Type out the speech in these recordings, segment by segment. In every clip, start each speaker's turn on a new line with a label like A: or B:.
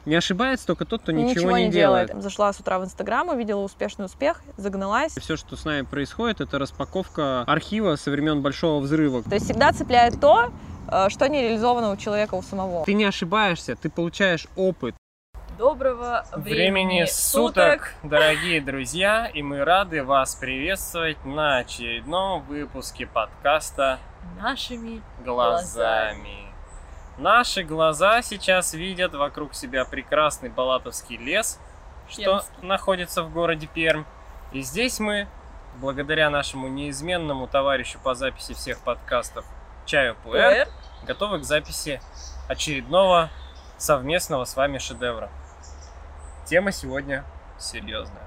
A: Не ошибается только тот, кто ничего не делает.
B: Зашла с утра в Инстаграм, увидела успешный успех, загналась.
A: Все, что с нами происходит, это распаковка архива со времен Большого взрыва.
B: То есть всегда цепляет то, что не реализовано у человека у самого.
A: Ты не ошибаешься, ты получаешь опыт.
B: Доброго времени
C: суток, дорогие друзья, и мы рады вас приветствовать на очередном выпуске подкаста
B: «Нашими
C: глазами». Наши глаза сейчас видят вокруг себя прекрасный Балатовский лес, что находится в городе Пермь. И здесь мы, благодаря нашему неизменному товарищу по записи всех подкастов Чаю Пуэр, готовы к записи очередного совместного с вами шедевра. Тема сегодня серьезная.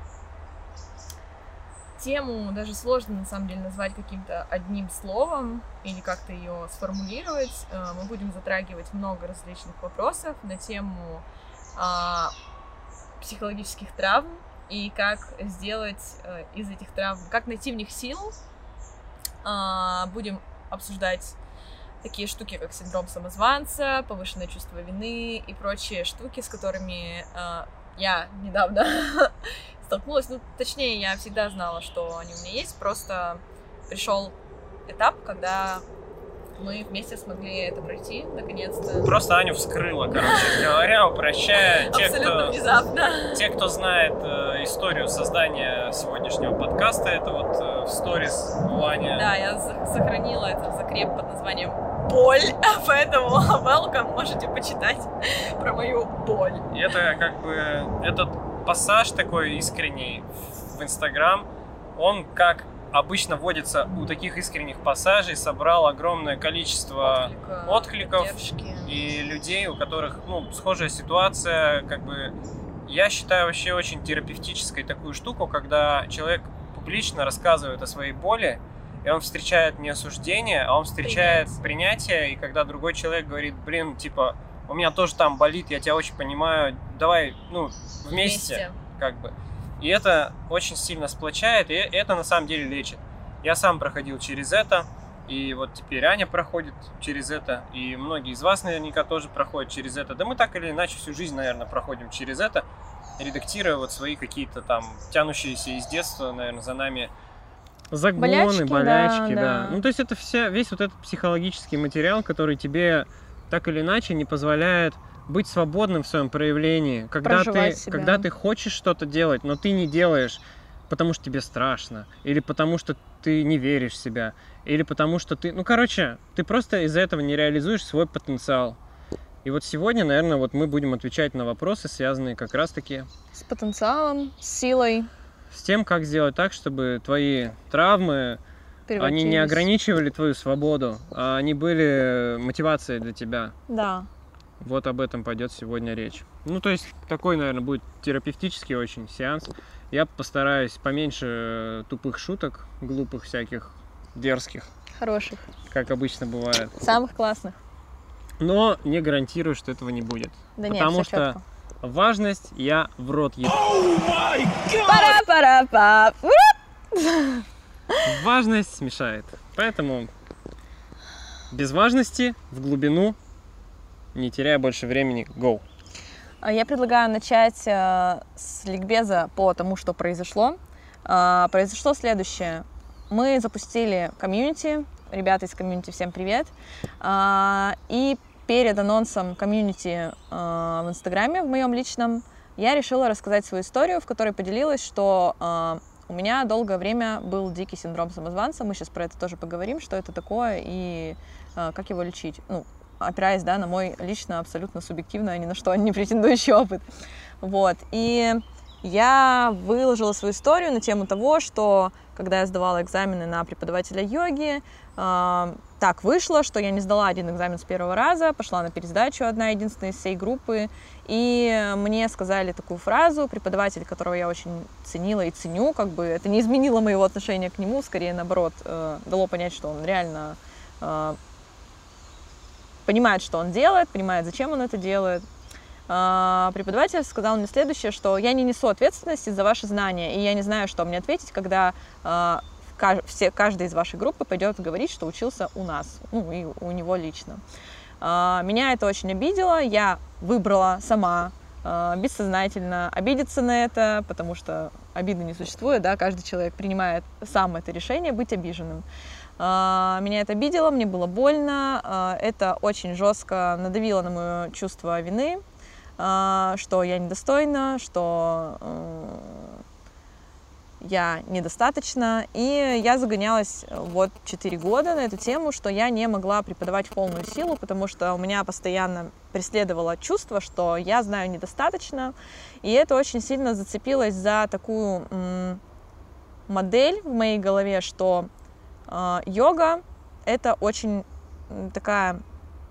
B: Тему даже сложно на самом деле назвать каким-то одним словом или как-то ее сформулировать. Мы будем затрагивать много различных вопросов на тему психологических травм и как сделать из этих травм, как найти в них сил. Будем обсуждать такие штуки, как синдром самозванца, повышенное чувство вины и прочие штуки, с которыми я недавно столкнулась. Ну, точнее, я всегда знала, что они у меня есть, просто пришел этап, когда мы вместе смогли это пройти, наконец-то.
C: Просто Аню вскрыла, короче говоря, упрощая.
B: Абсолютно внезапно.
C: Те, кто знает историю создания сегодняшнего подкаста, это вот в сторис у Ани.
B: Да, я сохранила этот закреп под названием «Боль», поэтому welcome, можете почитать про мою боль.
C: И это как бы, этот пассаж такой искренний в Инстаграм, он, как обычно водится у таких искренних пассажей, собрал огромное количество откликов и людей, у которых, ну, схожая ситуация, как бы, я считаю вообще очень терапевтической такую штуку, когда человек публично рассказывает о своей боли, и он встречает не осуждение, а он встречает принятие, и когда другой человек говорит, блин, типа, у меня тоже там болит, я тебя очень понимаю, давай, ну, вместе. Как бы. И это очень сильно сплочает, и это на самом деле лечит. Я сам проходил через это, и вот теперь Аня проходит через это, и многие из вас наверняка тоже проходят через это. Да мы так или иначе всю жизнь, наверное, проходим через это, редактируя вот свои какие-то там тянущиеся из детства, наверное, за нами
A: загоны, болячки,
B: да.
A: Ну, то есть это весь вот этот психологический материал, который тебе так или иначе не позволяет быть свободным в своем проявлении. Когда ты хочешь что-то делать, но ты не делаешь, потому что тебе страшно, или потому что ты не веришь в себя, или потому что ты... Ну, короче, ты просто из-за этого не реализуешь свой потенциал. И вот сегодня, наверное, вот мы будем отвечать на вопросы, связанные как раз-таки
B: с потенциалом, с силой.
A: С тем, как сделать так, чтобы твои травмы, они не ограничивали твою свободу, а они были мотивацией для тебя.
B: Да.
A: Вот об этом пойдет сегодня речь. Ну, то есть, такой, наверное, будет терапевтический очень сеанс. Я постараюсь поменьше тупых шуток, глупых всяких, дерзких.
B: Хороших.
A: Как обычно бывает.
B: Самых классных.
A: Но не гарантирую, что этого не будет.
B: Да
A: потому
B: нет,
A: что
B: четко.
A: важность я в рот ебу.
B: Пара-пара-па.
A: Важность смешает. Поэтому без важности, в глубину, не теряя больше времени, go.
B: Я предлагаю начать с ликбеза по тому, что произошло. Произошло следующее. Мы запустили комьюнити. Ребята из комьюнити, всем привет. И перед анонсом комьюнити в Инстаграме, в моем личном, я решила рассказать свою историю, в которой поделилась, что у меня долгое время был дикий синдром самозванца. Мы сейчас про это тоже поговорим, что это такое и как его лечить. Ну, опираясь, да, на мой лично абсолютно субъективно, ни на что не претендующий опыт. Вот. И я выложила свою историю на тему того, что когда я сдавала экзамены на преподавателя йоги, так вышло, что я не сдала один экзамен с первого раза, пошла на пересдачу, одна единственная из всей группы, и мне сказали такую фразу, преподаватель, которого я очень ценила и ценю, как бы это не изменило моего отношения к нему, скорее наоборот, дало понять, что он реально понимает, что он делает, понимает, зачем он это делает. Преподаватель сказал мне следующее, что я не несу ответственности за ваши знания, и я не знаю, что мне ответить, когда каждый из вашей группы пойдет говорить, что учился у нас, ну и у него лично. Меня это очень обидело, я выбрала сама бессознательно обидеться на это, потому что обиды не существует, да, каждый человек принимает сам это решение быть обиженным. Меня это обидело, мне было больно, это очень жестко надавило на мое чувство вины, что я недостойна, что я недостаточно, и я загонялась вот 4 года на эту тему, что я не могла преподавать в полную силу, потому что у меня постоянно преследовало чувство, что я знаю недостаточно, и это очень сильно зацепилось за такую модель в моей голове, что йога — это очень такая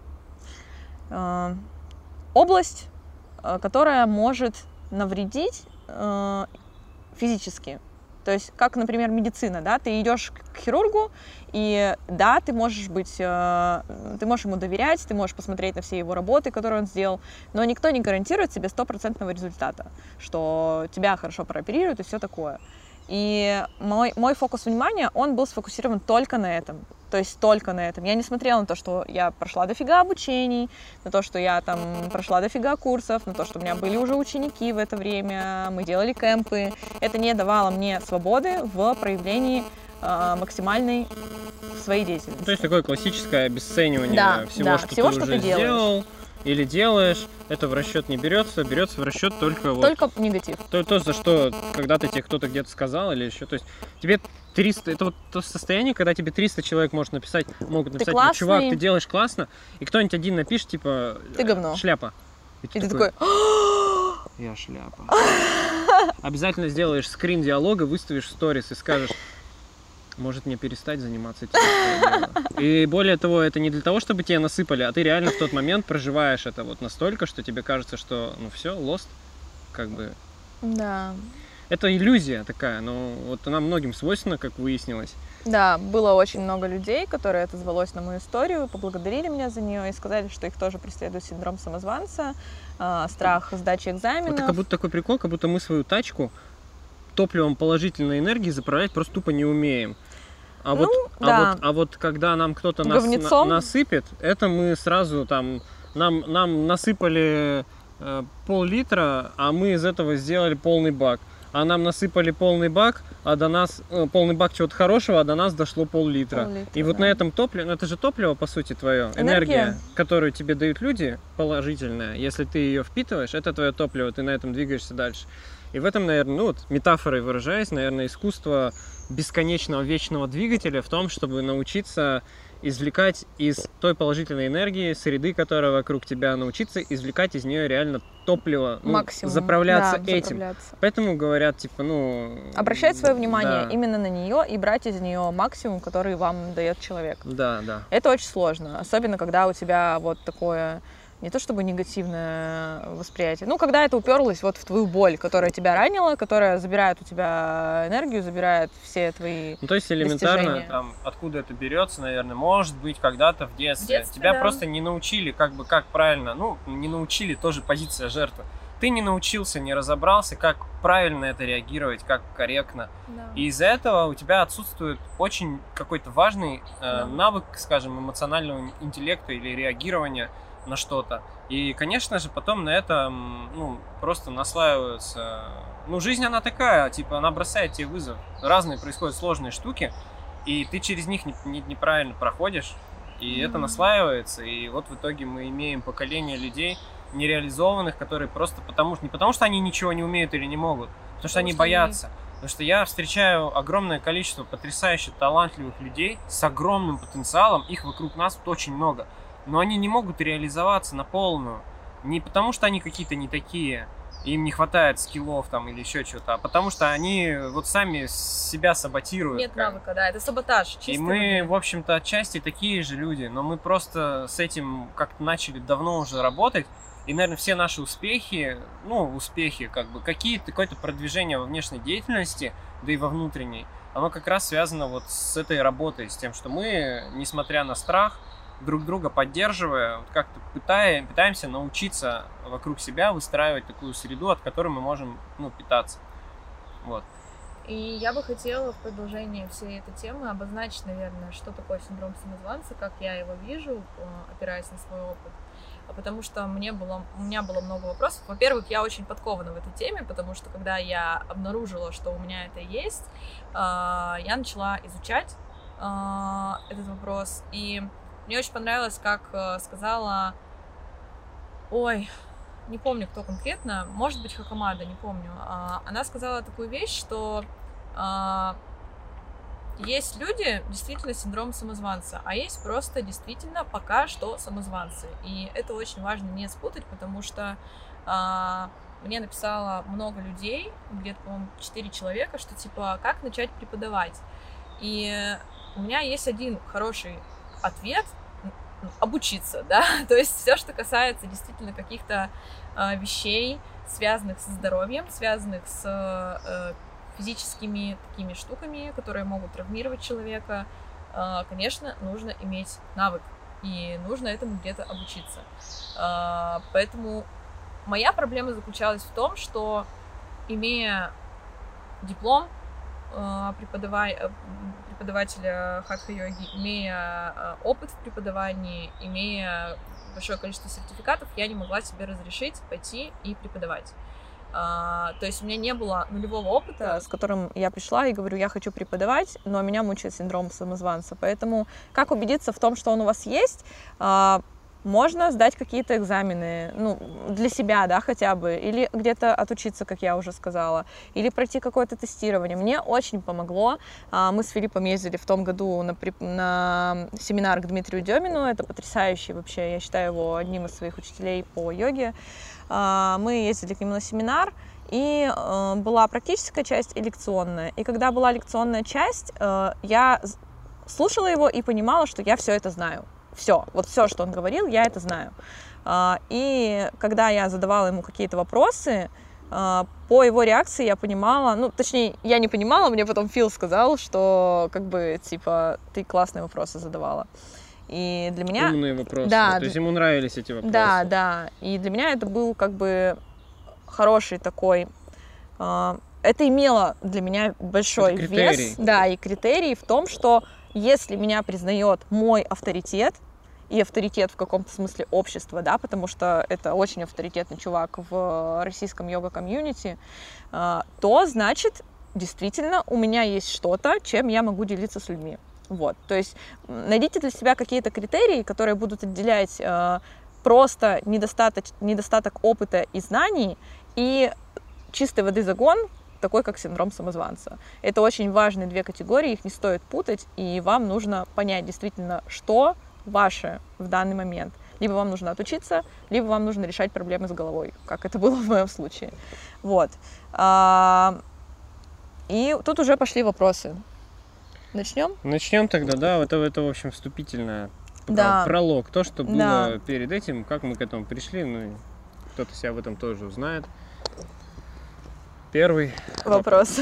B: область, которая может навредить физически. То есть, как, например, медицина, да, ты идешь к хирургу, и да, ты можешь ему доверять, ты можешь посмотреть на все его работы, которые он сделал, но никто не гарантирует тебе 100% результата, что тебя хорошо прооперируют и все такое. И мой фокус внимания, он был сфокусирован только на этом. То есть только на этом. Я не смотрела на то, что я прошла дофига обучений, на то, что я там прошла дофига курсов, на то, что у меня были уже ученики в это время, мы делали кемпы. Это не давало мне свободы в проявлении максимальной своей деятельности.
A: То есть такое классическое обесценивание всего, что ты уже сделал или делаешь. Это в расчет не берется в расчет только
B: негатив.
A: То, за что когда-то тебе кто-то где-то сказал или еще. То есть тебе 300, это вот то состояние, когда тебе 300 человек могут написать,
B: классный,
A: чувак, ты делаешь классно, и кто-нибудь один напишет, типа,
B: ты говно.
A: Шляпа.
B: И ты такой,
A: я шляпа. Обязательно сделаешь скрин диалога, выставишь в сторис и скажешь, может мне перестать заниматься этим, что я делаю. И более того, это не для того, чтобы тебя насыпали, а ты реально в тот момент проживаешь это вот настолько, что тебе кажется, что ну все, lost, как бы.
B: Да.
A: Это иллюзия такая, но вот она многим свойственна, как выяснилось.
B: Да, было очень много людей, которые отозвалось на мою историю, поблагодарили меня за нее и сказали, что их тоже преследует синдром самозванца, страх сдачи экзаменов.
A: Это как будто такой прикол, как будто мы свою тачку топливом положительной энергии заправлять просто тупо не умеем. А вот когда нам кто-то насыпет, это мы сразу там, нам насыпали пол-литра, а мы из этого сделали полный бак. А нам насыпали полный бак, а до нас полный бак чего-то хорошего, а до нас дошло пол-литра. И вот на этом топливе, ну это же топливо, по сути, твое, энергия, которую тебе дают люди, положительная. Если ты ее впитываешь, это твое топливо, ты на этом двигаешься дальше. И в этом, наверное, ну вот метафорой выражаясь, наверное, искусство бесконечного вечного двигателя в том, чтобы научиться извлекать из той положительной энергии, среды, которая вокруг тебя, научиться извлекать из нее реально топливо, заправляться этим. Поэтому говорят, типа,
B: обращать свое внимание именно на нее и брать из нее максимум, который вам дает человек.
A: Да, да.
B: Это очень сложно, особенно когда у тебя вот такое не то чтобы негативное восприятие, когда это уперлось вот в твою боль, которая тебя ранила, которая забирает у тебя энергию, забирает все твои
A: то есть элементарно,
B: достижения.
C: Там, откуда это берется, наверное, может быть, когда-то в детстве. Тебя просто не научили, как правильно, не научили, тоже позиция жертвы. Ты не научился, не разобрался, как правильно это реагировать, как корректно.
B: Да.
C: И из-за этого у тебя отсутствует очень какой-то важный навык, скажем, эмоционального интеллекта или реагирования на что-то. И, конечно же, потом на это просто наслаиваются. Жизнь она такая, типа, она бросает тебе вызов. Разные происходят сложные штуки, и ты через них неправильно проходишь, и это наслаивается. И вот в итоге мы имеем поколение людей нереализованных, которые просто не потому что они ничего не умеют или не могут, потому что они боятся. Потому что я встречаю огромное количество потрясающе талантливых людей с огромным потенциалом, их вокруг нас очень много. Но они не могут реализоваться на полную. Не потому, что они какие-то не такие, им не хватает скиллов там или еще чего-то, а потому что они вот сами себя саботируют.
B: Нет навыка, да, это саботаж. Чистый.
C: И мы, в общем-то, отчасти такие же люди, но мы просто с этим как-то начали давно уже работать. И, наверное, все наши успехи, какое-то продвижение во внешней деятельности, да и во внутренней, оно как раз связано вот с этой работой, с тем, что мы, несмотря на страх, друг друга поддерживая, как-то пытаемся научиться вокруг себя выстраивать такую среду, от которой мы можем питаться. Вот.
B: И я бы хотела в продолжении всей этой темы обозначить, наверное, что такое синдром самозванца, как я его вижу, опираясь на свой опыт. потому что у меня было много вопросов. Во-первых, я очень подкована в этой теме, потому что когда я обнаружила, что у меня это есть, я начала изучать этот вопрос, и мне очень понравилось, как сказала, не помню, кто конкретно, может быть, Хакамада, не помню, она сказала такую вещь, что есть люди, действительно, с синдромом самозванца, а есть просто действительно пока что самозванцы. И это очень важно не спутать, потому что мне написало много людей, где-то, по-моему, 4 человека, что типа, как начать преподавать. И у меня есть один хороший ответ — обучиться, да, то есть все, что касается действительно каких-то вещей, связанных со здоровьем, связанных с физическими такими штуками, которые могут травмировать человека, конечно, нужно иметь навык, и нужно этому где-то обучиться. Поэтому моя проблема заключалась в том, что, имея диплом преподавателя хатха-йоги, имея опыт в преподавании, имея большое количество сертификатов, я не могла себе разрешить пойти и преподавать. То есть у меня не было нулевого опыта, с которым я пришла и говорю, я хочу преподавать, но меня мучает синдром самозванца. Поэтому как убедиться в том, что он у вас есть? Можно сдать какие-то экзамены, для себя, да, хотя бы, или где-то отучиться, как я уже сказала, или пройти какое-то тестирование. Мне очень помогло. Мы с Филиппом ездили в том году на семинар к Дмитрию Демину. Это потрясающий вообще, я считаю его одним из своих учителей по йоге. Мы ездили к нему на семинар, и была практическая часть и лекционная. И когда была лекционная часть, я слушала его и понимала, что я все это знаю. Все, что он говорил, я это знаю. И когда я задавала ему какие-то вопросы, по его реакции я понимала, точнее, я не понимала, мне потом Фил сказал, что, ты классные вопросы задавала. И для меня...
A: Умные вопросы.
B: Да,
A: то есть ему нравились эти вопросы.
B: Да. И для меня это был хороший такой... Это имело для меня большой вес. Да, и критерий в том, что если меня признает мой авторитет, и авторитет в каком-то смысле общества, да, потому что это очень авторитетный чувак в российском йога-комьюнити, то, значит, действительно у меня есть что-то, чем я могу делиться с людьми. Вот, то есть найдите для себя какие-то критерии, которые будут отделять просто недостаток опыта и знаний и чистой воды загон, такой как синдром самозванца. Это очень важные две категории, их не стоит путать, и вам нужно понять действительно, что ваше в данный момент. Либо вам нужно отучиться, либо вам нужно решать проблемы с головой, как это было в моем случае. Вот. И тут уже пошли вопросы. Начнем?
A: Начнем тогда, да. Это в общем, вступительное.
B: Да.
A: Пролог. То, что было перед этим, как мы к этому пришли, кто-то себя в этом тоже узнает. Первый
B: вопрос.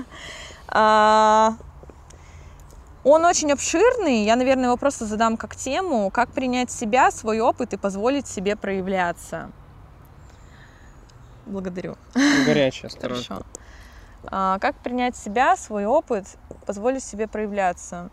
B: Он очень обширный. Я, наверное, его просто задам как тему. Как принять себя, свой опыт и позволить себе проявляться? Благодарю.
A: Горячая, осторожно.
B: Хорошо. Как принять себя, свой опыт, позволить себе проявляться?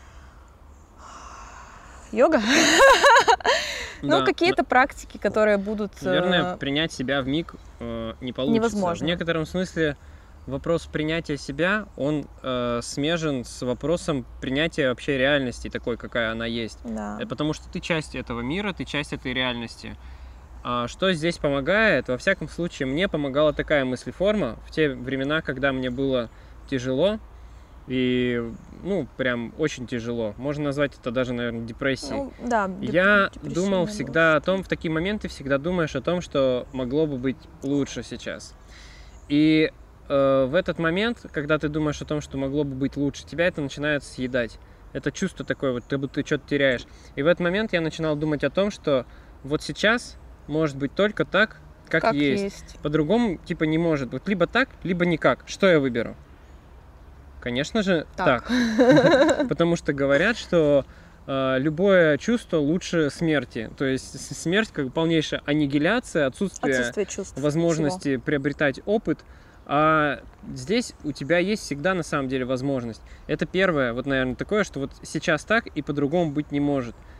B: Йога? Какие-то практики, которые будут...
A: Наверное, принять себя вмиг не получится.
B: Невозможно.
A: В некотором смысле вопрос принятия себя, он смежен с вопросом принятия вообще реальности такой, какая она есть.
B: Да.
A: Потому что ты часть этого мира, ты часть этой реальности. Что здесь помогает? Во всяком случае, мне помогала такая мыслеформа в те времена, когда мне было тяжело, и, прям очень тяжело. Можно назвать это даже, наверное, депрессией. Я думал всегда о том, в такие моменты всегда думаешь о том, что могло бы быть лучше сейчас. И в этот момент, когда ты думаешь о том, что могло бы быть лучше, тебя это начинает съедать. Это чувство такое, ты будто что-то теряешь. И в этот момент я начинал думать о том, что вот сейчас может быть только так, как есть. По-другому не может быть. Либо так, либо никак. Что я выберу? Конечно же, так. Потому что говорят, что любое чувство лучше смерти. То есть смерть как полнейшая аннигиляция, отсутствие возможности приобретать опыт. А здесь у тебя есть всегда на самом деле возможность. Это первое, наверное, такое, что вот сейчас так и по-другому быть не может.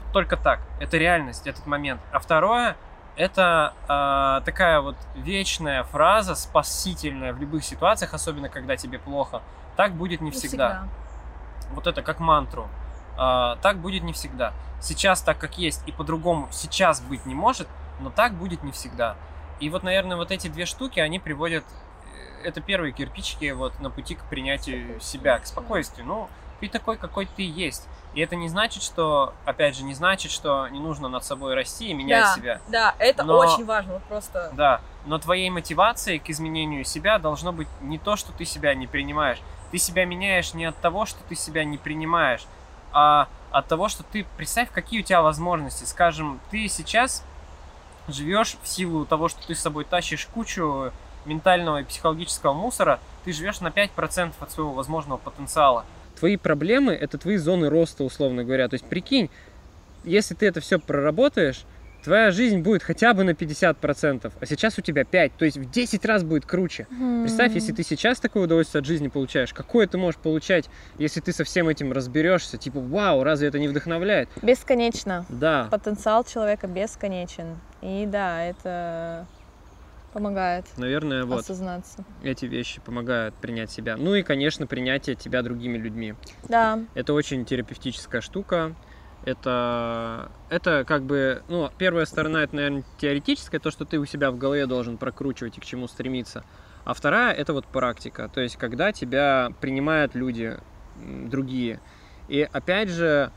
C: только так. Это реальность, этот момент. А второе, это такая вот вечная фраза, спасительная в любых ситуациях, особенно когда тебе плохо. Так будет не всегда. Вот это как мантру. Так будет не всегда. Сейчас так, как есть, и по-другому сейчас быть не может, но так будет не всегда. И вот, наверное, вот эти две штуки, они приводят... Это первые кирпичики вот на пути к принятию себя, к спокойствию. Ну, ты такой, какой ты есть. И это не значит, что, опять же, не значит, что не нужно над собой расти и менять себя.
B: Да, это очень важно, вот просто.
C: Да, но твоей мотивацией к изменению себя должно быть не то, что ты себя не принимаешь. Ты себя меняешь не от того, что ты себя не принимаешь, а от того, что ты, представь, какие у тебя возможности. Скажем, ты сейчас живешь в силу того, что ты с собой тащишь кучу ментального и психологического мусора, ты живешь на 5% от своего возможного потенциала. Твои проблемы — это твои зоны роста, условно говоря. То есть, прикинь, если ты это все проработаешь, твоя жизнь будет хотя бы на 50%, а сейчас у тебя 5%, то есть в 10 раз будет круче. Представь, если ты сейчас такое удовольствие от жизни получаешь, какое ты можешь получать, если ты со всем этим разберешься? Типа, вау, разве это не вдохновляет?
B: Бесконечно.
C: Да.
B: Потенциал человека бесконечен. И да, это помогает,
C: наверное, вот
B: осознаться.
C: Эти вещи помогают принять себя. Ну и, конечно, принятие тебя другими людьми.
B: Да.
C: Это очень терапевтическая штука. Это как бы, ну, первая сторона, это, наверное, теоретическая, то, что ты у себя в голове должен прокручивать и к чему стремиться. А вторая, это вот практика. То есть, когда тебя принимают люди другие. И, опять же,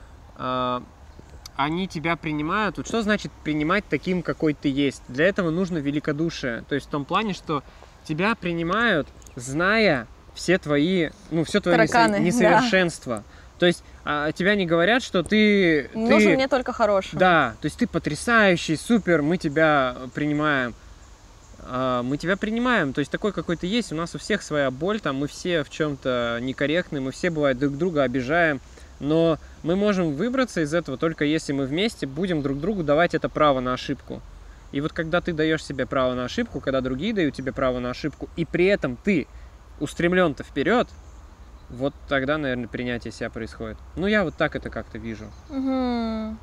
C: они тебя принимают. Вот что значит принимать таким, какой ты есть? Для этого нужно великодушие. То есть в том плане, что тебя принимают, зная все твои, ну, все твои несовершенства. Да. То есть тебя не говорят, что ты...
B: Нужен мне только хороший.
C: Да, то есть ты потрясающий, супер, мы тебя принимаем. Мы тебя принимаем, то есть такой, какой ты есть. У нас у всех своя боль, там мы все в чем-то некорректны, мы все, бывает, друг друга обижаем. Но мы можем выбраться из этого только если мы вместе будем друг другу давать это право на ошибку. И вот когда ты даешь себе право на ошибку, когда другие дают тебе право на ошибку, и при этом ты устремлен-то вперед, вот тогда, наверное, принятие себя происходит. Ну, я вот так это как-то вижу.
B: Угу.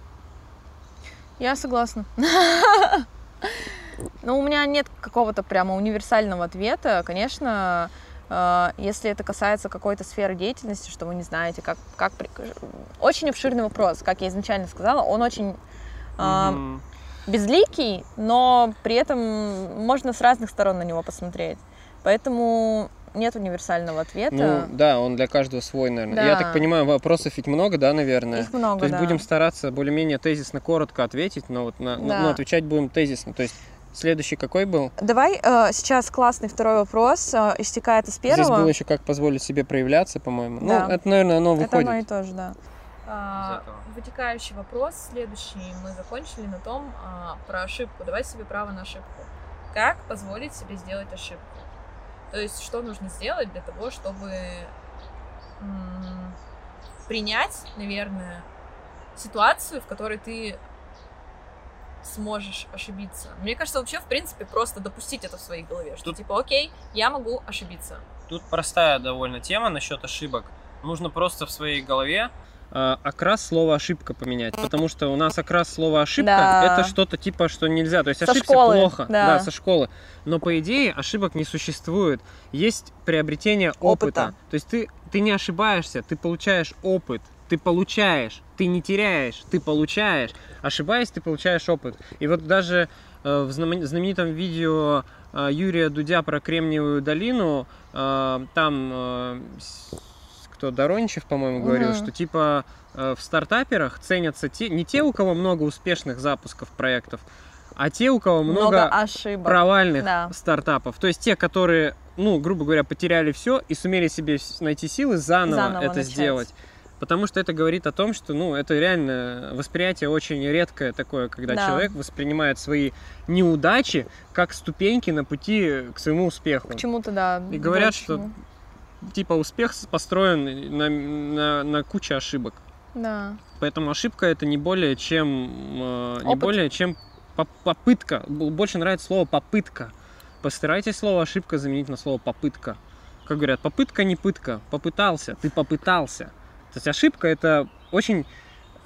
B: Я согласна. Но у меня нет какого-то прямо универсального ответа. Конечно, если это касается какой-то сферы деятельности, что вы не знаете, как... Очень обширный вопрос, как я изначально сказала, он очень безликий, но при этом можно с разных сторон на него посмотреть. Поэтому нет универсального ответа.
C: Ну, да, он для каждого свой, наверное. Да. Я так понимаю, вопросов ведь много, да, наверное?
B: Их много,
C: то есть будем стараться более-менее тезисно, коротко ответить, но вот отвечать будем тезисно. То есть следующий какой был?
B: Давай сейчас классный второй вопрос, истекает из первого.
C: Здесь было еще как позволить себе проявляться, по-моему.
B: Да.
C: Ну, это, наверное, оно выходит.
B: Это оно и тоже, да. Вытекающий вопрос следующий. Мы закончили на том, про ошибку. Давай себе право на ошибку. Как позволить себе сделать ошибку? То есть, что нужно сделать для того, чтобы принять, наверное, ситуацию, в которой ты сможешь ошибиться. Мне кажется, вообще, в принципе, просто допустить это в своей голове, что типа, окей, я могу ошибиться.
C: Тут простая довольно тема насчет ошибок. Нужно просто в своей голове окрас слова ошибка поменять, потому что у нас окрас слова ошибка это что-то типа, что нельзя, то есть ошибся плохо, да, со школы, но по идее ошибок не существует, есть приобретение опыта. То есть ты не ошибаешься, ты получаешь опыт, ты не теряешь, ты получаешь, ошибаясь, ты получаешь опыт. И вот даже в знаменитом видео Юрия Дудя про Кремниевую долину, там кто Дороничев, по-моему, говорил, что типа в стартаперах ценятся не те, у кого много успешных запусков проектов, а те, у кого много
B: ошибок,
C: провальных стартапов. То есть те, которые, ну, грубо говоря, потеряли все и сумели себе найти силы заново это сделать. Потому что это говорит о том, что, ну, это реально восприятие очень редкое такое, когда человек воспринимает свои неудачи как ступеньки на пути к своему успеху.
B: К чему-то, да.
C: И говорят, что типа успех построен на куче ошибок.
B: Да.
C: Поэтому ошибка это не более чем попытка. Больше нравится слово попытка. Постарайтесь слово ошибка заменить на слово попытка. Как говорят, попытка не пытка. Попытался, ты попытался. То есть ошибка это очень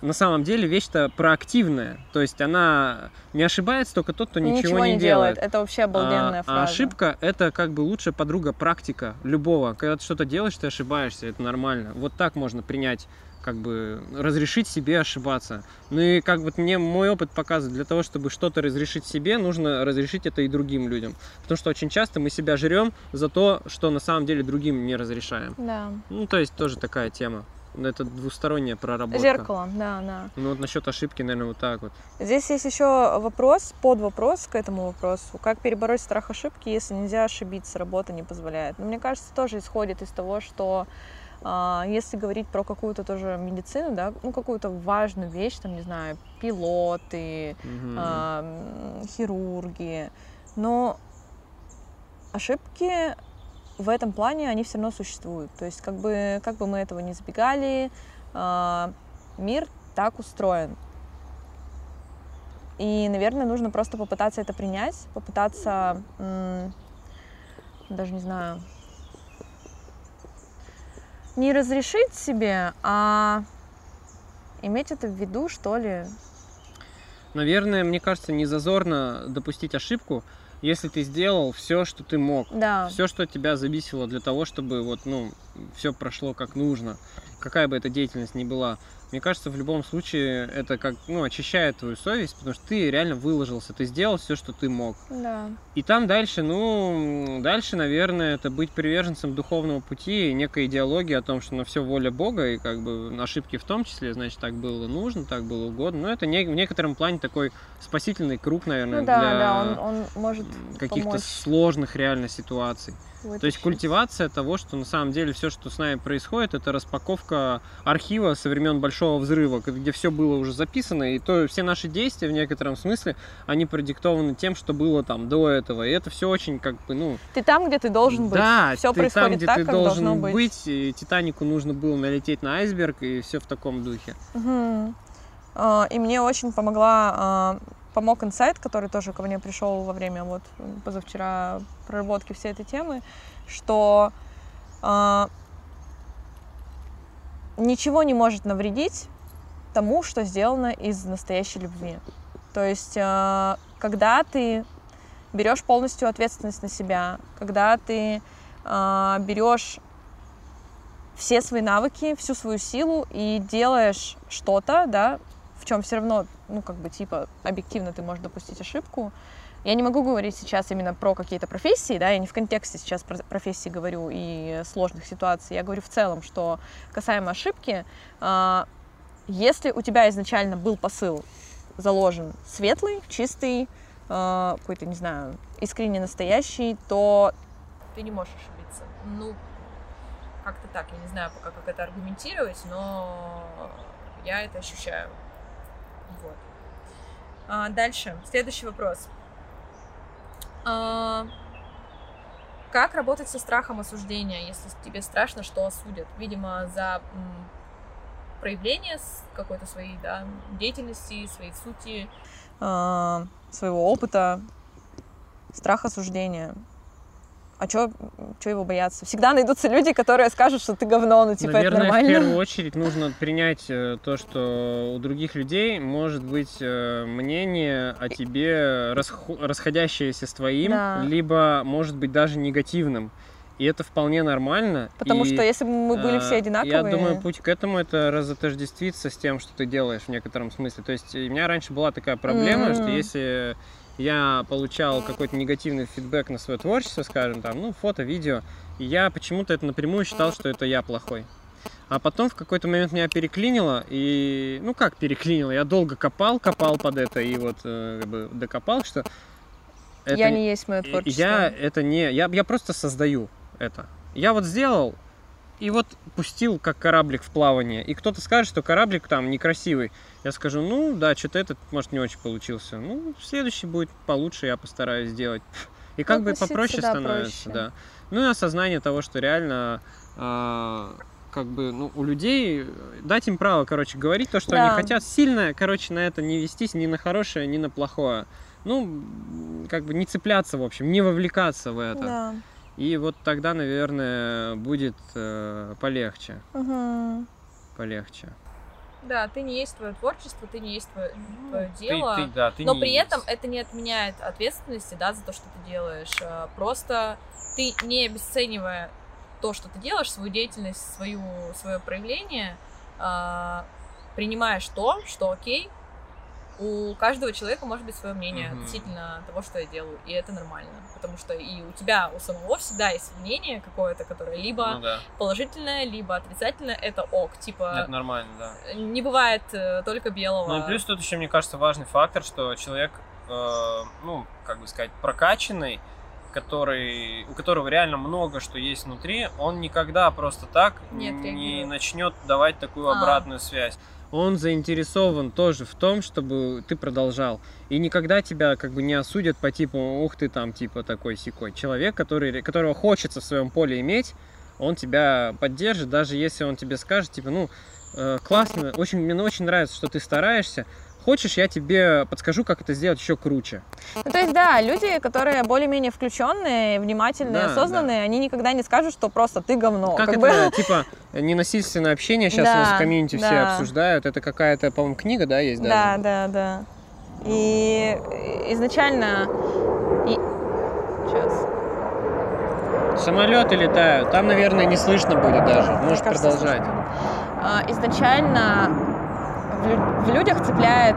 A: на самом деле вещь-то проактивная. То есть она не ошибается только тот, кто ничего не делает.
B: Это вообще обалденная фраза.
A: А ошибка — это как бы лучшая подруга практика любого. Когда ты что-то делаешь, ты ошибаешься, это нормально. Вот так можно принять, как бы разрешить себе ошибаться. Ну и как бы мне мой опыт показывает, для того, чтобы что-то разрешить себе, нужно разрешить это и другим людям. Потому что очень часто мы себя жрем за то, что на самом деле другим не разрешаем.
B: Да.
A: Ну, то есть тоже такая тема. Это двусторонняя проработка.
B: Зеркало, да.
A: Ну вот насчет ошибки, наверное, вот так вот.
B: Здесь есть еще вопрос, подвопрос к этому вопросу. Как перебороть страх ошибки, если нельзя ошибиться, работа не позволяет? Но мне кажется, тоже исходит из того, что если говорить про какую-то тоже медицину, да, ну какую-то важную вещь, там, не знаю, пилоты, хирурги, но ошибки в этом плане, они все равно существуют. То есть как бы мы этого не избегали, мир так устроен. И, наверное, нужно просто попытаться это принять, попытаться, даже не знаю, не разрешить себе, а иметь это в виду, что ли.
A: Наверное, мне кажется, не зазорно допустить ошибку, если ты сделал все, что ты мог,
B: да.
A: Все, что от тебя зависело для того, чтобы вот, ну, все прошло как нужно, какая бы эта деятельность ни была. Мне кажется, в любом случае это как, ну, очищает твою совесть, потому что ты реально выложился, ты сделал все, что ты мог.
B: Да.
A: И там дальше, наверное, это быть приверженцем духовного пути и некой идеологии о том, что на все воля Бога, и как бы ошибки в том числе, значит, так было нужно, так было угодно. Но это в некотором плане такой спасительный круг, наверное, для
B: он может
A: каких-то сложных реально ситуаций. То есть культивация того, что на самом деле все, что с нами происходит, это распаковка архива со времен Большого взрыва, где все было уже записано, и то все наши действия в некотором смысле, они продиктованы тем, что было там до этого. И это все очень как бы, ну...
B: Ты там, где ты должен быть.
A: Да,
B: все происходит
A: там, где
B: так,
A: ты
B: как
A: должен
B: быть.
A: И Титанику нужно было налететь на айсберг, и все в таком духе.
B: Угу. И мне очень помог инсайт, который тоже ко мне пришел во время вот позавчера проработки всей этой темы, что ничего не может навредить тому, что сделано из настоящей любви. То есть, когда ты берешь полностью ответственность на себя, когда ты берешь все свои навыки, всю свою силу и делаешь что-то, да, в чем все равно, ну, как бы, типа, объективно ты можешь допустить ошибку. Я не могу говорить сейчас именно про какие-то профессии, да, я не в контексте сейчас про профессии говорю и сложных ситуаций, я говорю в целом, что касаемо ошибки, если у тебя изначально был посыл заложен светлый, чистый, какой-то, не знаю, искренне настоящий, то ты не можешь ошибиться. Ну, как-то так, я не знаю пока, как это аргументировать, но я это ощущаю. Вот. Дальше, следующий вопрос. Как работать со страхом осуждения, если тебе страшно, что осудят? Видимо, за проявление какой-то своей, да, деятельности, своей сути, своего опыта, страх осуждения. А чё его бояться? Всегда найдутся люди, которые скажут, что ты говно, ну типа,
A: наверное,
B: это нормально.
A: В первую очередь нужно принять то, что у других людей может быть мнение о тебе расходящееся с твоим, да. Либо может быть даже негативным. И это вполне нормально.
B: Потому что если бы мы были все одинаковые...
A: Я думаю, путь к этому — это разотождествиться с тем, что ты делаешь в некотором смысле. То есть у меня раньше была такая проблема, что если я получал какой-то негативный фидбэк на свое творчество, скажем, там, ну, фото, видео, и я почему-то это напрямую считал, что это я плохой. А потом в какой-то момент меня переклинило, и, ну, как переклинило, я долго копал под это, и вот как бы докопал, что... Это,
B: я не есть мое творчество.
A: Я просто создаю это. Я вот сделал, и вот пустил как кораблик в плавание. И кто-то скажет, что кораблик там некрасивый. Я скажу, ну да, что-то этот, может, не очень получился. Ну, следующий будет получше, я постараюсь сделать. И как бы попроще становится, да. Ну и осознание того, что реально как бы, ну, у людей дать им право, короче, говорить то, что они хотят. Сильно, короче, на это не вестись ни на хорошее, ни на плохое. Ну, как бы не цепляться, в общем, не вовлекаться в это.
B: Да.
A: И вот тогда, наверное, будет полегче.
B: Угу.
A: Полегче.
B: Да, ты не есть твое творчество, ты не есть твое дело, но при этом это не отменяет ответственности, да, за то, что ты делаешь. Просто ты, не обесценивая то, что ты делаешь, свою деятельность, свое проявление, принимаешь то, что окей, у каждого человека может быть свое мнение относительно того, что я делаю, и это нормально, потому что и у тебя, у самого всегда есть мнение какое-то, которое либо положительное, либо отрицательное, это ок, типа...
C: Это нормально, да.
B: Не бывает только белого.
C: Ну и плюс тут еще, мне кажется, важный фактор, что человек, прокачанный, у которого реально много что есть внутри, он никогда просто так не начнет давать такую обратную связь. Он заинтересован тоже в том, чтобы ты продолжал. И никогда тебя не осудят по типу, ух ты там, типа такой-сякой. Человек, которого хочется в своем поле иметь, он тебя поддержит, даже если он тебе скажет, типа, классно, мне очень нравится, что ты стараешься. Хочешь, я тебе подскажу, как это сделать еще круче.
B: То есть, да, люди, которые более-менее включенные, внимательные, осознанные, они никогда не скажут, что просто ты говно.
C: Как это, типа, ненасильственное общение сейчас у нас в комьюнити все обсуждают. Это какая-то, по-моему, книга, да, есть даже?
B: Да. И изначально... Сейчас.
A: Самолеты летают. Там, наверное, не слышно будет даже. Можешь продолжать.
B: Изначально людей цепляет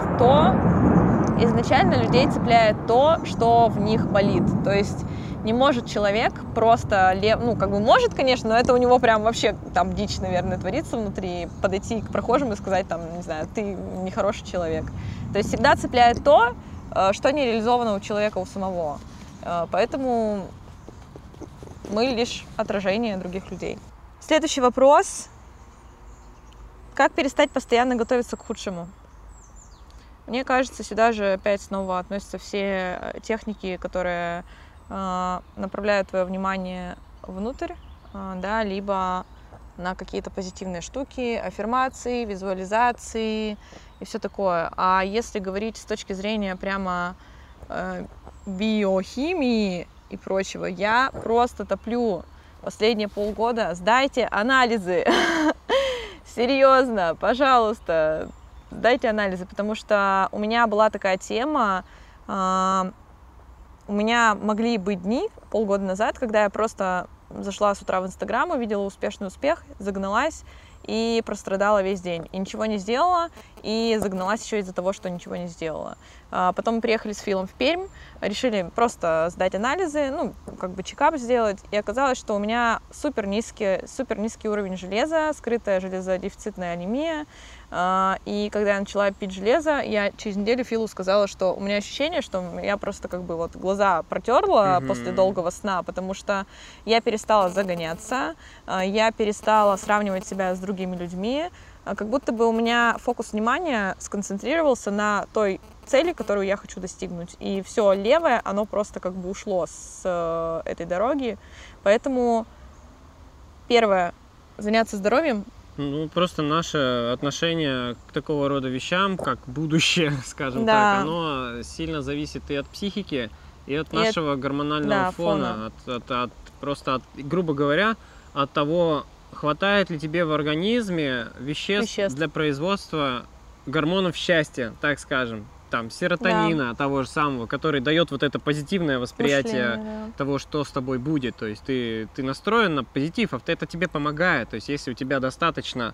B: то, что в них болит. То есть не может человек просто, может, конечно, но это у него прям вообще там дичь, наверное, творится внутри, подойти к прохожим и сказать, там, не знаю, ты нехороший человек. То есть всегда цепляет то, что не реализовано у человека у самого. Поэтому мы лишь отражение других людей. Следующий вопрос. Как перестать постоянно готовиться к худшему? Мне кажется, сюда же опять снова относятся все техники, которые направляют твое внимание внутрь, либо на какие-то позитивные штуки, аффирмации, визуализации и все такое. А если говорить с точки зрения прямо биохимии и прочего, я просто топлю последние полгода. Сдайте анализы. Серьезно, пожалуйста, сдайте анализы, потому что у меня была такая тема, у меня могли быть дни полгода назад, когда я просто зашла с утра в Инстаграм, увидела успешный успех, загналась и прострадала весь день. И ничего не сделала, и загналась еще из-за того, что ничего не сделала. Потом мы приехали с Филом в Пермь, решили просто сдать анализы, чекап сделать, и оказалось, что у меня супер низкий уровень железа, скрытая железодефицитная анемия. И когда я начала пить железо, я через неделю Филу сказала, что у меня ощущение, что я просто глаза протерла после долгого сна, потому что я перестала загоняться, я перестала сравнивать себя с другими людьми, как будто бы у меня фокус внимания сконцентрировался на той цели, которую я хочу достигнуть. И все левое, оно просто ушло с этой дороги. Поэтому первое, заняться здоровьем.
A: Просто наше отношение к такого рода вещам, как будущее, скажем так, оно сильно зависит и от психики, и от нашего гормонального фона. Грубо говоря, от того, хватает ли тебе в организме веществ для производства гормонов счастья, так скажем. Там, серотонина, того же самого, который дает это позитивное восприятие того, что с тобой будет. То есть ты настроен на позитив, а это тебе помогает. То есть если у тебя достаточно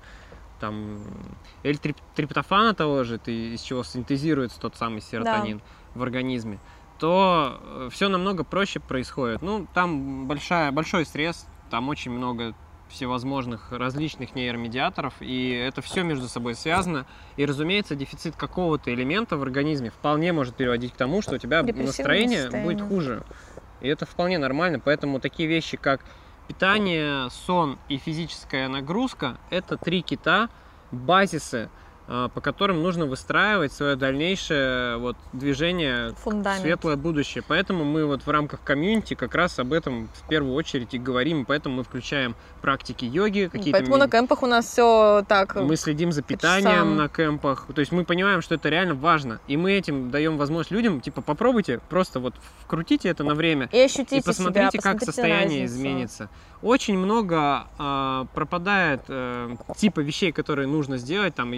A: L-триптофана того же, из чего синтезируется тот самый серотонин в организме, то все намного проще происходит. Там большой стресс, там очень много всевозможных различных нейромедиаторов, и это все между собой связано. И, разумеется, дефицит какого-то элемента в организме вполне может приводить к тому, что у тебя настроение будет хуже. И это вполне нормально, поэтому такие вещи, как питание, сон и физическая нагрузка – это 3 кита, базисы, по которым нужно выстраивать свое дальнейшее движение в светлое будущее. Поэтому мы в рамках комьюнити как раз об этом в первую очередь и говорим, поэтому мы включаем практики йоги, какие-то...
B: Поэтому на кемпах у нас все так...
A: Мы следим за питанием на кемпах, то есть мы понимаем, что это реально важно, и мы этим даем возможность людям, попробуйте, просто вкрутите это на время
B: и ощутите
A: и посмотрите,
B: себя,
A: как состояние изменится. Очень много пропадает типа вещей, которые нужно сделать, и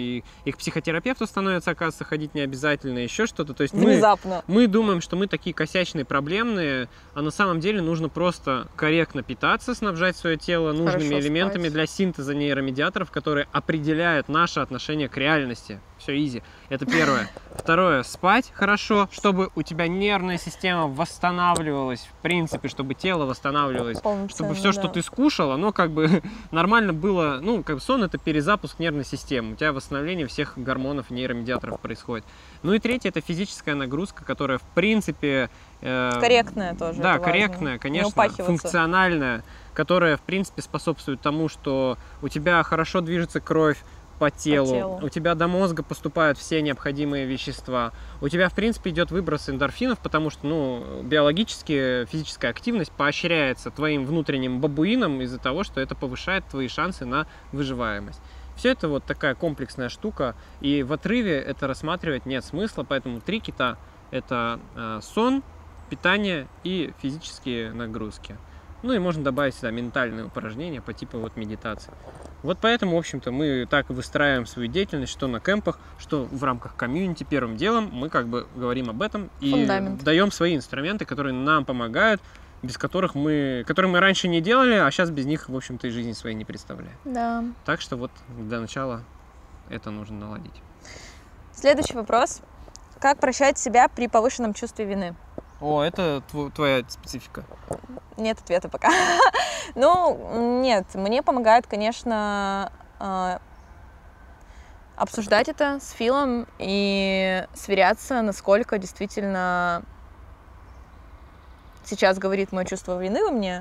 A: и к психотерапевту становится, оказывается, ходить не обязательно, еще что-то. То есть
B: мы
A: думаем, что мы такие косячные, проблемные, а на самом деле нужно просто корректно питаться, снабжать свое тело нужными элементами для синтеза нейромедиаторов, которые определяют наше отношение к реальности. Все изи. Это первое. Второе, спать хорошо, чтобы у тебя нервная система восстанавливалась, в принципе, чтобы тело восстанавливалось, чтобы все, что ты скушал, оно как бы нормально было. Ну, как бы сон — это перезапуск нервной системы. У тебя восстановление всех гормонов, нейромедиаторов происходит. Ну и третье — это физическая нагрузка, которая, в принципе...
B: корректная тоже.
A: Да, корректная, конечно, функциональная, которая, в принципе, способствует тому, что у тебя хорошо движется кровь по телу, у тебя до мозга поступают все необходимые вещества, у тебя, в принципе, идет выброс эндорфинов, потому что, ну, биологически физическая активность поощряется твоим внутренним бабуином из-за того, что это повышает твои шансы на выживаемость. Все это вот такая комплексная штука, и в отрыве это рассматривать нет смысла, поэтому 3 кита — это сон, питание и физические нагрузки. Ну и можно добавить сюда ментальные упражнения по типу вот медитации. Вот поэтому, в общем-то, мы так и выстраиваем свою деятельность, что на кемпах, что в рамках комьюнити. Первым делом мы как бы говорим об этом и даем свои инструменты, которые нам помогают, без которых которые мы раньше не делали, а сейчас без них, в общем-то, и жизни своей не представляем.
B: Да.
A: Так что вот для начала это нужно наладить.
B: Следующий вопрос. Как прощать себя при повышенном чувстве вины?
A: О, это твоя специфика.
B: Нет ответа пока. Ну, нет, мне помогает, конечно, обсуждать это с Филом и сверяться, насколько действительно сейчас говорит мое чувство вины во мне,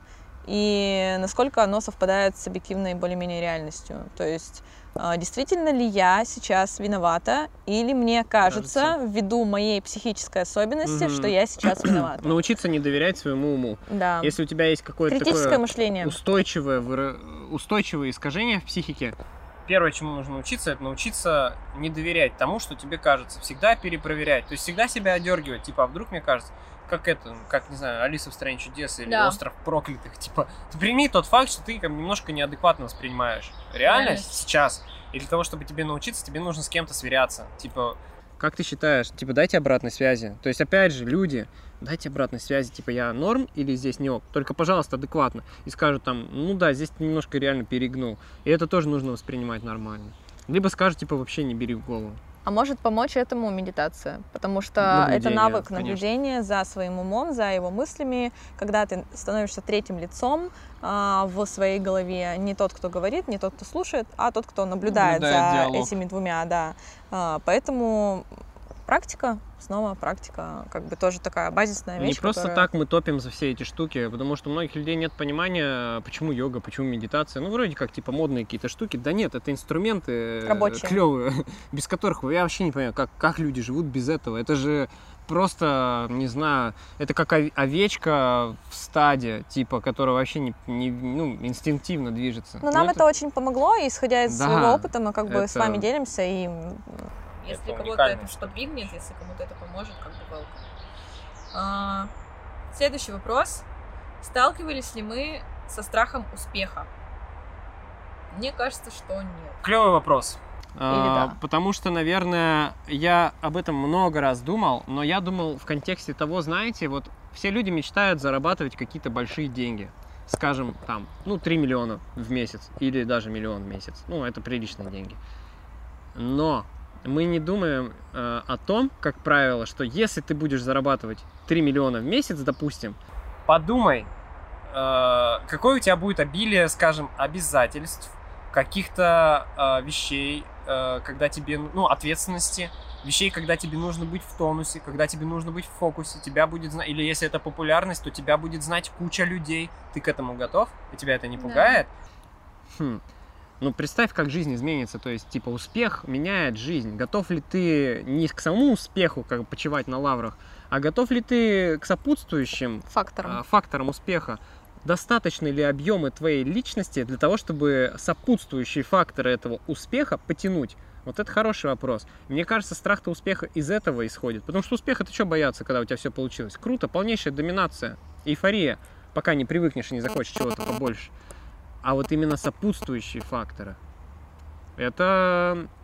B: и насколько оно совпадает с объективной более-менее реальностью. То есть действительно ли я сейчас виновата, или мне кажется, ввиду моей психической особенности, что я сейчас виновата.
A: Научиться не доверять своему уму.
B: Да.
A: Если у тебя есть какое-то
B: критическое мышление,
A: устойчивое искажение в психике, первое, чему нужно научиться, это научиться не доверять тому, что тебе кажется. Всегда перепроверять. То есть всегда себя одергивать. Типа, а вдруг мне кажется, как, не знаю, Алиса в стране чудес или Остров проклятых. Типа, ты прими тот факт, что ты немножко неадекватно воспринимаешь реальность сейчас. И для того, чтобы тебе научиться, тебе нужно с кем-то сверяться. Типа, как ты считаешь? Типа, дайте обратной связи. То есть, опять же, люди, дайте обратной связи. Типа, я норм или здесь не ок? Только, пожалуйста, адекватно. И скажут там, ну да, здесь ты немножко реально перегнул. И это тоже нужно воспринимать нормально. Либо скажут, типа, вообще не бери в голову.
B: А может помочь этому медитация, потому что это навык наблюдения за своим умом, за его мыслями, когда ты становишься третьим лицом в своей голове, не тот, кто говорит, не тот, кто слушает, а тот, кто наблюдает за диалог. Этими двумя, да. Поэтому практика, снова практика, как бы тоже такая базисная вещь.
A: Не просто так мы топим за все эти штуки, потому что у многих людей нет понимания, почему йога, почему медитация. Ну, вроде как, типа, модные какие-то штуки. Да нет, это инструменты рабочие, клевые, без которых я вообще не понимаю, как люди живут без этого. Это же просто, не знаю, это как овечка в стаде, типа, которая вообще не инстинктивно движется.
B: Но нам это очень помогло, и исходя из своего опыта, мы как бы с вами делимся и... Если кого-то это сподвигнет, если кому-то это поможет, как бы welcome. Следующий вопрос. Сталкивались ли мы со страхом успеха? Мне кажется, что нет.
A: Клевый вопрос. Потому что, наверное, я об этом много раз думал, но я думал в контексте того, знаете, вот все люди мечтают зарабатывать какие-то большие деньги. Скажем, там, 3 миллиона в месяц или даже миллион в месяц. Ну, это приличные деньги. Но мы не думаем о том, как правило, что если ты будешь зарабатывать 3 миллиона в месяц, допустим, подумай, какое у тебя будет обилие, скажем, обязательств, каких-то вещей, когда тебе, ответственности, вещей, когда тебе нужно быть в тонусе, когда тебе нужно быть в фокусе, тебя будет знать, или если это популярность, то тебя будет знать куча людей. Ты к этому готов? И тебя это не пугает? Да. Представь, как жизнь изменится, то есть, типа, успех меняет жизнь. Готов ли ты не к самому успеху, как почивать на лаврах, а готов ли ты к сопутствующим факторам успеха? Достаточны ли объемы твоей личности для того, чтобы сопутствующие факторы этого успеха потянуть? Вот это хороший вопрос. Мне кажется, страх-то успеха из этого исходит. Потому что успеха — это что бояться, когда у тебя все получилось? Круто, полнейшая доминация, эйфория, пока не привыкнешь и не захочешь чего-то побольше. А вот именно сопутствующие факторы. Это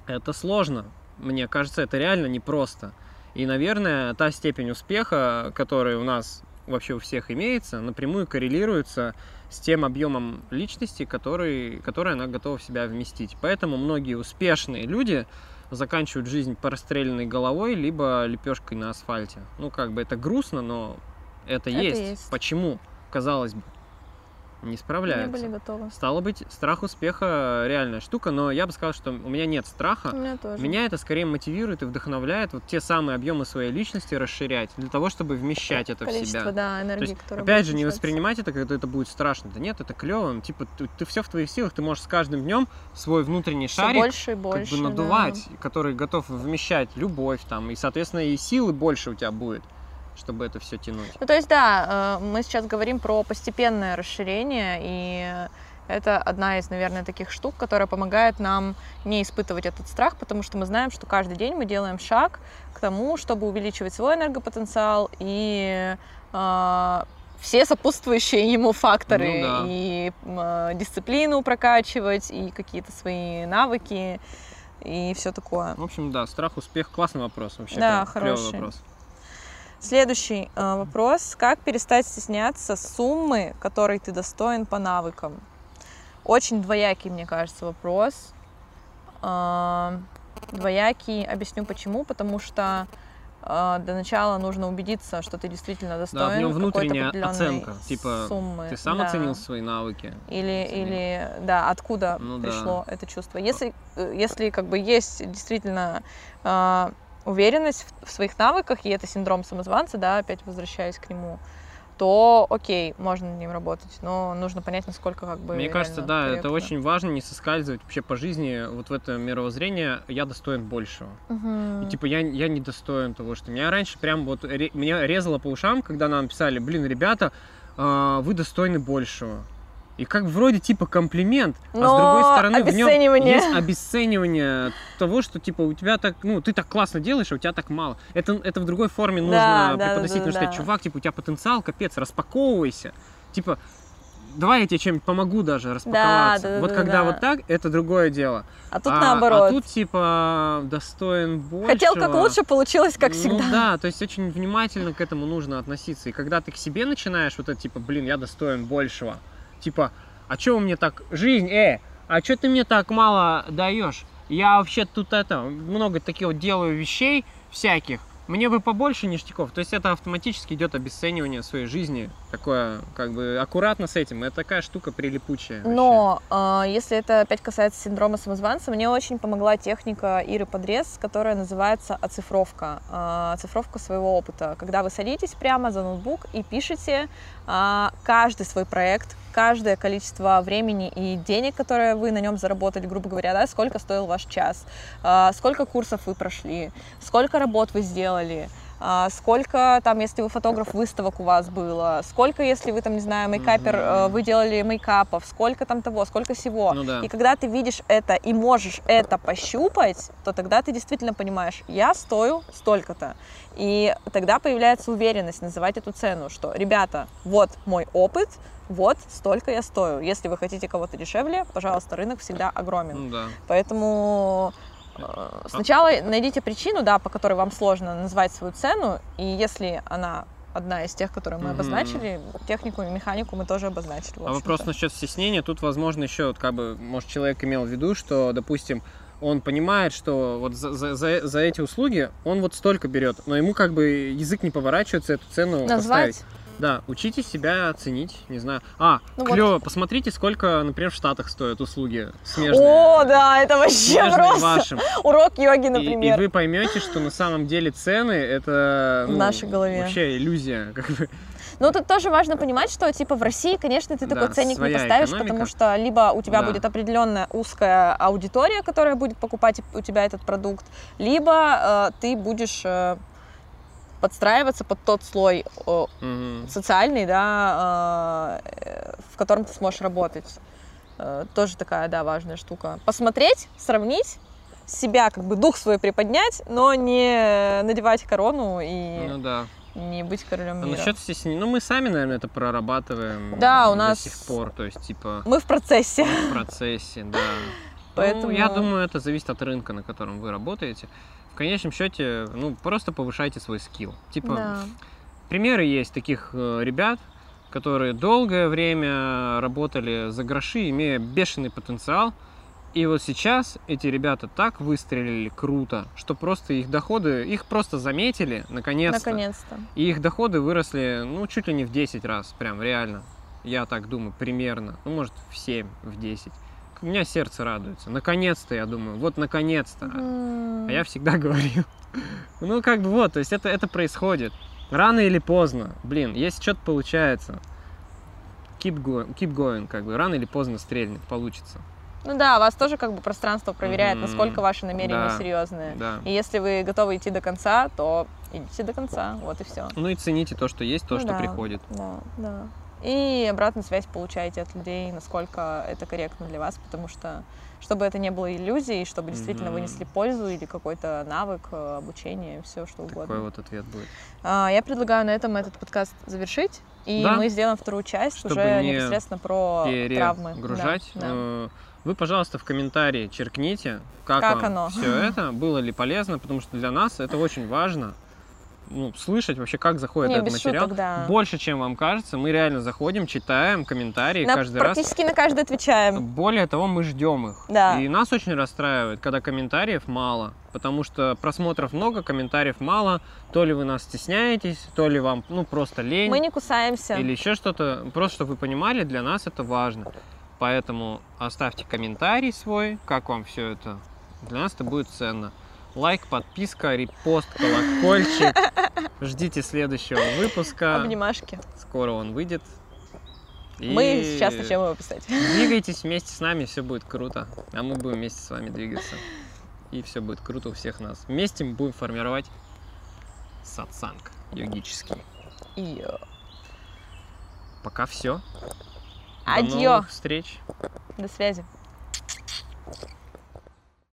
A: Это сложно. Мне кажется, это реально непросто. И, наверное, та степень успеха, которая у нас вообще у всех имеется, напрямую коррелируется с тем объемом личности, который она готова в себя вместить. Поэтому многие успешные люди заканчивают жизнь простреленной головой, либо лепешкой на асфальте. Ну, как бы это грустно, но это есть. Почему? Казалось бы, не справляются.
B: Не были готовы.
A: Стало быть, страх успеха реальная штука, но я бы сказал, что у меня нет страха.
B: У меня тоже.
A: Меня это скорее мотивирует и вдохновляет вот те самые объемы своей личности расширять, для того, чтобы вмещать это в себя.
B: Да, энергии, которая
A: опять же, не воспринимать это, когда это будет страшно. Да нет, это клево. Ну, типа, ты все в твоих силах, ты можешь с каждым днем свой внутренний шарик
B: больше и больше,
A: как бы надувать, который готов вмещать любовь там, и, соответственно, и силы больше у тебя будет, чтобы это все тянуть.
B: Ну, то есть, да, мы сейчас говорим про постепенное расширение, и это одна из, наверное, таких штук, которая помогает нам не испытывать этот страх, потому что мы знаем, что каждый день мы делаем шаг к тому, чтобы увеличивать свой энергопотенциал и все сопутствующие ему факторы, и дисциплину прокачивать, и какие-то свои навыки, и все такое.
A: В общем, да, страх, успех, классный вопрос вообще.
B: Да, хороший
A: вопрос.
B: Следующий вопрос. Как перестать стесняться суммы, которой ты достоин по навыкам? Очень двоякий, мне кажется, вопрос. Двоякий. Объясню почему. Потому что для начала нужно убедиться, что ты действительно достоин.
A: Да, в нем внутренняя оценка.
B: Суммы.
A: Типа, ты сам оценил свои навыки?
B: Или да, откуда пришло это чувство? Если как бы есть действительно уверенность в своих навыках, и это синдром самозванца, да, опять возвращаясь к нему, то окей, можно над ним работать, но нужно понять, насколько как бы.
A: Мне кажется, да, корректно. Это очень важно, не соскальзывать вообще по жизни вот в это мировоззрение, я достоин большего. И типа я не достоин того, что меня раньше прям вот меня резало по ушам, когда нам писали, блин, ребята, вы достойны большего. И как вроде типа комплимент, а с другой стороны в нем есть обесценивание того, что типа у тебя так, ну, ты так классно делаешь, а у тебя так мало. Это в другой форме нужно преподносить, потому что, чувак, типа, у тебя потенциал, капец, распаковывайся. Типа, давай я тебе чем-нибудь помогу даже распаковаться. Когда вот так, это другое дело.
B: А тут наоборот.
A: А тут, типа, достоин большего.
B: Хотел как лучше, получилось как всегда.
A: Ну да, то есть очень внимательно к этому нужно относиться. И когда ты к себе начинаешь вот это, типа, блин, я достоин большего. Типа, а чё мне так, жизнь, а чё ты мне так мало даешь? Я вообще тут много таких вот делаю вещей всяких, мне бы побольше ништяков. То есть это автоматически идет обесценивание своей жизни, такое, как бы, аккуратно с этим, это такая штука прилипучая.
B: Но если это опять касается синдрома самозванца, мне очень помогла техника Иры Подрез, которая называется оцифровка, оцифровка своего опыта. Когда вы садитесь прямо за ноутбук и пишете каждый свой проект, каждое количество времени и денег, которые вы на нем заработали, грубо говоря, да, сколько стоил ваш час, сколько курсов вы прошли, сколько работ вы сделали, сколько там, если вы фотограф, выставок у вас было, сколько, если вы там, не знаю, мейкапер, вы делали мейкапов, сколько там того, сколько всего.
A: Ну, да.
B: И когда ты видишь это и можешь это пощупать, то тогда ты действительно понимаешь, я стою столько-то. И тогда появляется уверенность называть эту цену, что, ребята, вот мой опыт, вот столько я стою. Если вы хотите кого-то дешевле, пожалуйста, рынок всегда огромен.
A: Ну, да.
B: Поэтому сначала найдите причину, да, по которой вам сложно назвать свою цену, и если она одна из тех, которые мы обозначили, технику и механику мы тоже обозначили.
A: А вопрос насчет стеснения, тут, возможно, еще, как бы, может, человек имел в виду, что, допустим, он понимает, что вот за эти услуги он вот столько берет, но ему как бы язык не поворачивается эту цену поставить. Да, учите себя оценить, не знаю. Клево, вот. Посмотрите, сколько, например, в Штатах стоят услуги смежные.
B: О, да, это вообще просто
A: вашим.
B: Урок йоги, например.
A: И вы поймете, что на самом деле цены это
B: в нашей голове
A: вообще иллюзия, как бы.
B: Ну, тут тоже важно понимать, что, типа, в России, конечно, ты такой ценник не поставишь,
A: экономика.
B: Потому что либо у тебя будет определенная узкая аудитория, которая будет покупать у тебя этот продукт, либо ты будешь подстраиваться под тот слой социальный, да, в котором ты сможешь работать. Тоже такая, да, важная штука. Посмотреть, сравнить, себя, как бы, дух свой приподнять, но не надевать корону и...
A: Ну, да.
B: Не быть королем мира.
A: Насчет стеснения, мы сами, наверное, это прорабатываем
B: у нас
A: до сих пор, то есть, типа...
B: Мы в процессе.
A: В процессе, да.
B: Поэтому...
A: Я думаю, это зависит от рынка, на котором вы работаете. В конечном счете, просто повышайте свой скилл. Типа, примеры есть таких ребят, которые долгое время работали за гроши, имея бешеный потенциал. И вот сейчас эти ребята так выстрелили круто, что просто их доходы, их просто заметили, наконец-то. И их доходы выросли, чуть ли не в 10 раз, прям реально. Я так думаю, примерно. Может, в 7, в 10. У меня сердце радуется. Наконец-то, я думаю, вот наконец-то. А я всегда говорю. То есть это происходит. Рано или поздно, если что-то получается, keep going, рано или поздно стрельнет, получится.
B: Вас тоже пространство проверяет, насколько ваши намерения серьезные.
A: Да.
B: И если вы готовы идти до конца, то идите до конца, вот и все.
A: И цените то, что есть, то, что приходит.
B: Да. И обратную связь получаете от людей, насколько это корректно для вас, потому что, чтобы это не было иллюзией, чтобы действительно вынесли пользу или какой-то навык, обучение, все что угодно.
A: Такой вот ответ будет.
B: Я предлагаю на этом этот подкаст завершить, и мы сделаем вторую часть, чтобы уже непосредственно про травмы.
A: Перегружать. Да. Вы, пожалуйста, в комментарии черкните, как вам все это, было ли полезно, потому что для нас это очень важно. Слышать вообще, как заходит этот материал.
B: Шуток,
A: Больше, чем вам кажется. Мы реально заходим, читаем комментарии каждый раз.
B: Практически на каждый отвечаем.
A: Более того, мы ждем их.
B: Да.
A: И нас очень расстраивает, когда комментариев мало. Потому что просмотров много, комментариев мало. То ли вы нас стесняетесь, то ли вам просто лень.
B: Мы не кусаемся.
A: Или еще что-то. Просто, чтобы вы понимали, для нас это важно. Поэтому оставьте комментарий свой, как вам все это. Для нас это будет ценно. Лайк, подписка, репост, колокольчик. Ждите следующего выпуска.
B: Обнимашки.
A: Скоро он выйдет.
B: И мы сейчас начнем его писать.
A: Двигайтесь вместе с нами, все будет круто. А мы будем вместе с вами двигаться. И все будет круто у всех нас. Вместе мы будем формировать сатсанг йогический. Пока все. До новых встреч.
B: До связи.